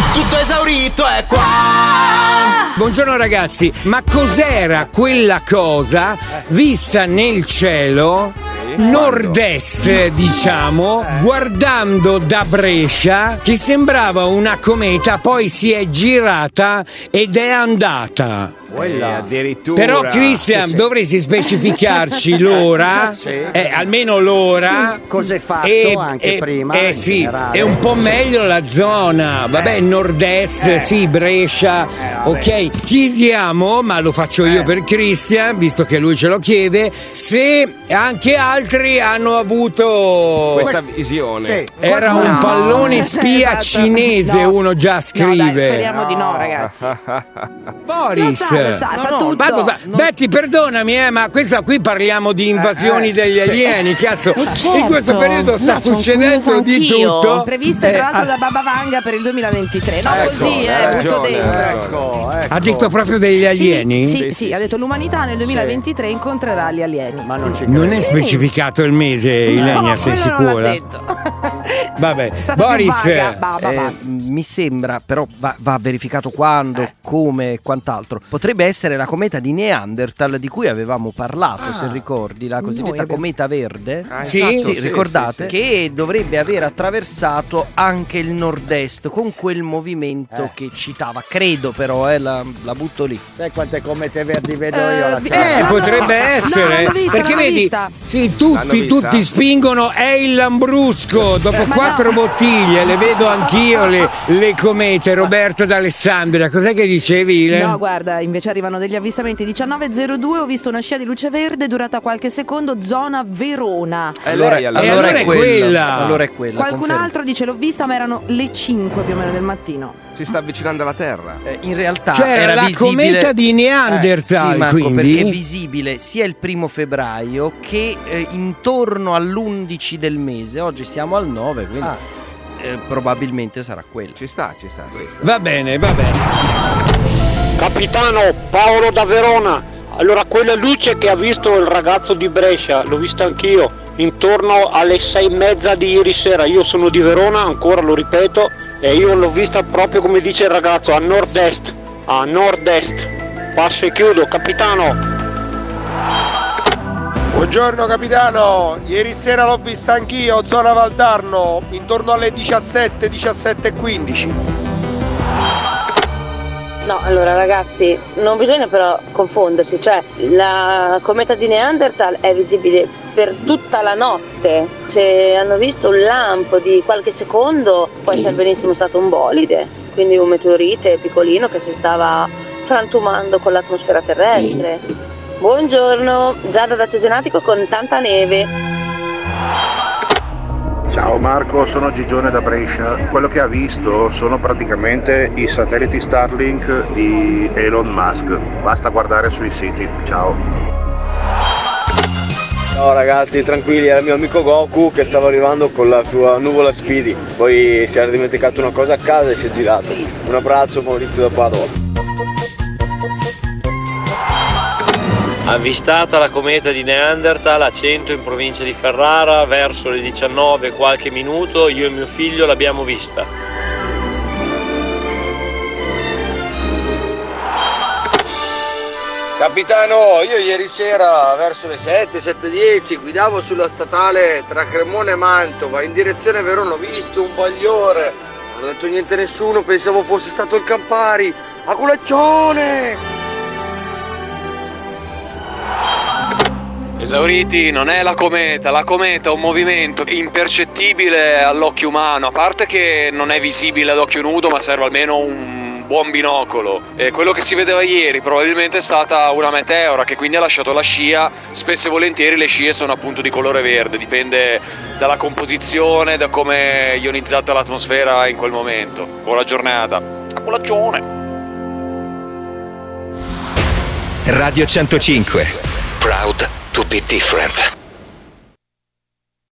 Tutto esaurito è qua. Buongiorno ragazzi, ma cos'era quella cosa vista nel cielo, nord-est diciamo, guardando da Brescia, che sembrava una cometa, poi si è girata ed è andata? Addirittura. Però Christian, dovresti specificarci l'ora, almeno l'ora. Cos'è fatto anche prima? Sì, è un po' meglio la zona. Vabbè, nord-est, sì, Brescia. Ok, chiediamo, ma lo faccio io per Christian, visto che lui ce lo chiede, se anche altri hanno avuto questa visione. Sì. Era un pallone spia cinese, uno già scrive. No, dai, speriamo di no, ragazzi. Boris. Sa tutto. Betty, perdonami, ma questa qui parliamo di invasioni degli alieni, cazzo. Certo. In questo periodo sta succedendo di tutto. Previste tra l'altro da Baba Vanga per il 2023. No, Ecco, così, butto dentro. Ecco. Ha detto proprio degli alieni? Sì, ha detto l'umanità nel 2023 incontrerà gli alieni. Ma non ci Non è credo. specificato il mese, Ilenia, sei quello non sicura? l'ha detto. Vabbè, È stata Boris, più vaga. Va. Mi sembra, però va verificato quando, come e quant'altro. Potrebbe essere la cometa di Neanderthal di cui avevamo parlato, se ricordi, la cosiddetta cometa verde. Sì? Sì, ricordate? Che dovrebbe aver attraversato anche il nord-est con quel movimento che citava. Credo però, la butto lì. Sai quante comete verdi vedo io la sera? potrebbe essere. l'hanno vista, perché l'hanno vedi, vista. sì, L'hanno vista? tutti spingono, è il Lambrusco. Dopo 4 bottiglie, le vedo anch'io le comete. Roberto d'Alessandria, cos'è che dicevi, Ile? No, guarda, invece arrivano degli avvistamenti. 19:02, ho visto una scia di luce verde durata qualche secondo, zona Verona. Allora allora è quella. Allora è quella. Qualcun confermo. altro dice l'ho vista, ma erano le 5 più o meno del mattino. Si sta avvicinando alla Terra. In realtà Cioè era la visibile... cometa di Neanderthal, sì, Marco, quindi perché è visibile sia il 1 febbraio che intorno all'11 del mese. Oggi siamo al 9, quindi probabilmente sarà quello. Ci sta. Sì. va bene. Capitano, Paolo da Verona. Allora, quella luce che ha visto il ragazzo di Brescia, l'ho vista anch'io, intorno alle 6:30 di ieri sera. Io sono di Verona, ancora lo ripeto, e io l'ho vista proprio come dice il ragazzo, a nord-est. Passo e chiudo, capitano. Buongiorno capitano, ieri sera l'ho vista anch'io, zona Valdarno, intorno alle 17:15. No, allora ragazzi, non bisogna però confondersi, cioè la cometa di Neanderthal è visibile per tutta la notte. Se hanno visto un lampo di qualche secondo, può essere benissimo stato un bolide, quindi un meteorite piccolino che si stava frantumando con l'atmosfera terrestre. Buongiorno, Giada da Cesenatico con tanta neve. Ciao Marco, sono Gigione da Brescia. Quello che ha visto sono praticamente i satelliti Starlink di Elon Musk. Basta guardare sui siti. Ciao. Ciao ragazzi, tranquilli, era il mio amico Goku che stava arrivando con la sua nuvola Speedy. Poi si era dimenticato una cosa a casa e si è girato. Un abbraccio, Maurizio da Padova. Avvistata la cometa di Neanderthal a Cento in provincia di Ferrara verso le 19 qualche minuto, io e mio figlio l'abbiamo vista. Capitano, io ieri sera verso le 7:10 guidavo sulla statale tra Cremona e Mantova in direzione Verona, ho visto un bagliore. Non ho detto niente a nessuno, pensavo fosse stato il Campari. A culaccione! Esauriti, non è la cometa è un movimento impercettibile all'occhio umano, a parte che non è visibile ad occhio nudo ma serve almeno un buon binocolo. E quello che si vedeva ieri probabilmente è stata una meteora che quindi ha lasciato la scia. Spesso e volentieri le scie sono appunto di colore verde, dipende dalla composizione, da come è ionizzata l'atmosfera in quel momento. Buona giornata, a colaccione. Radio 105, proud to be different.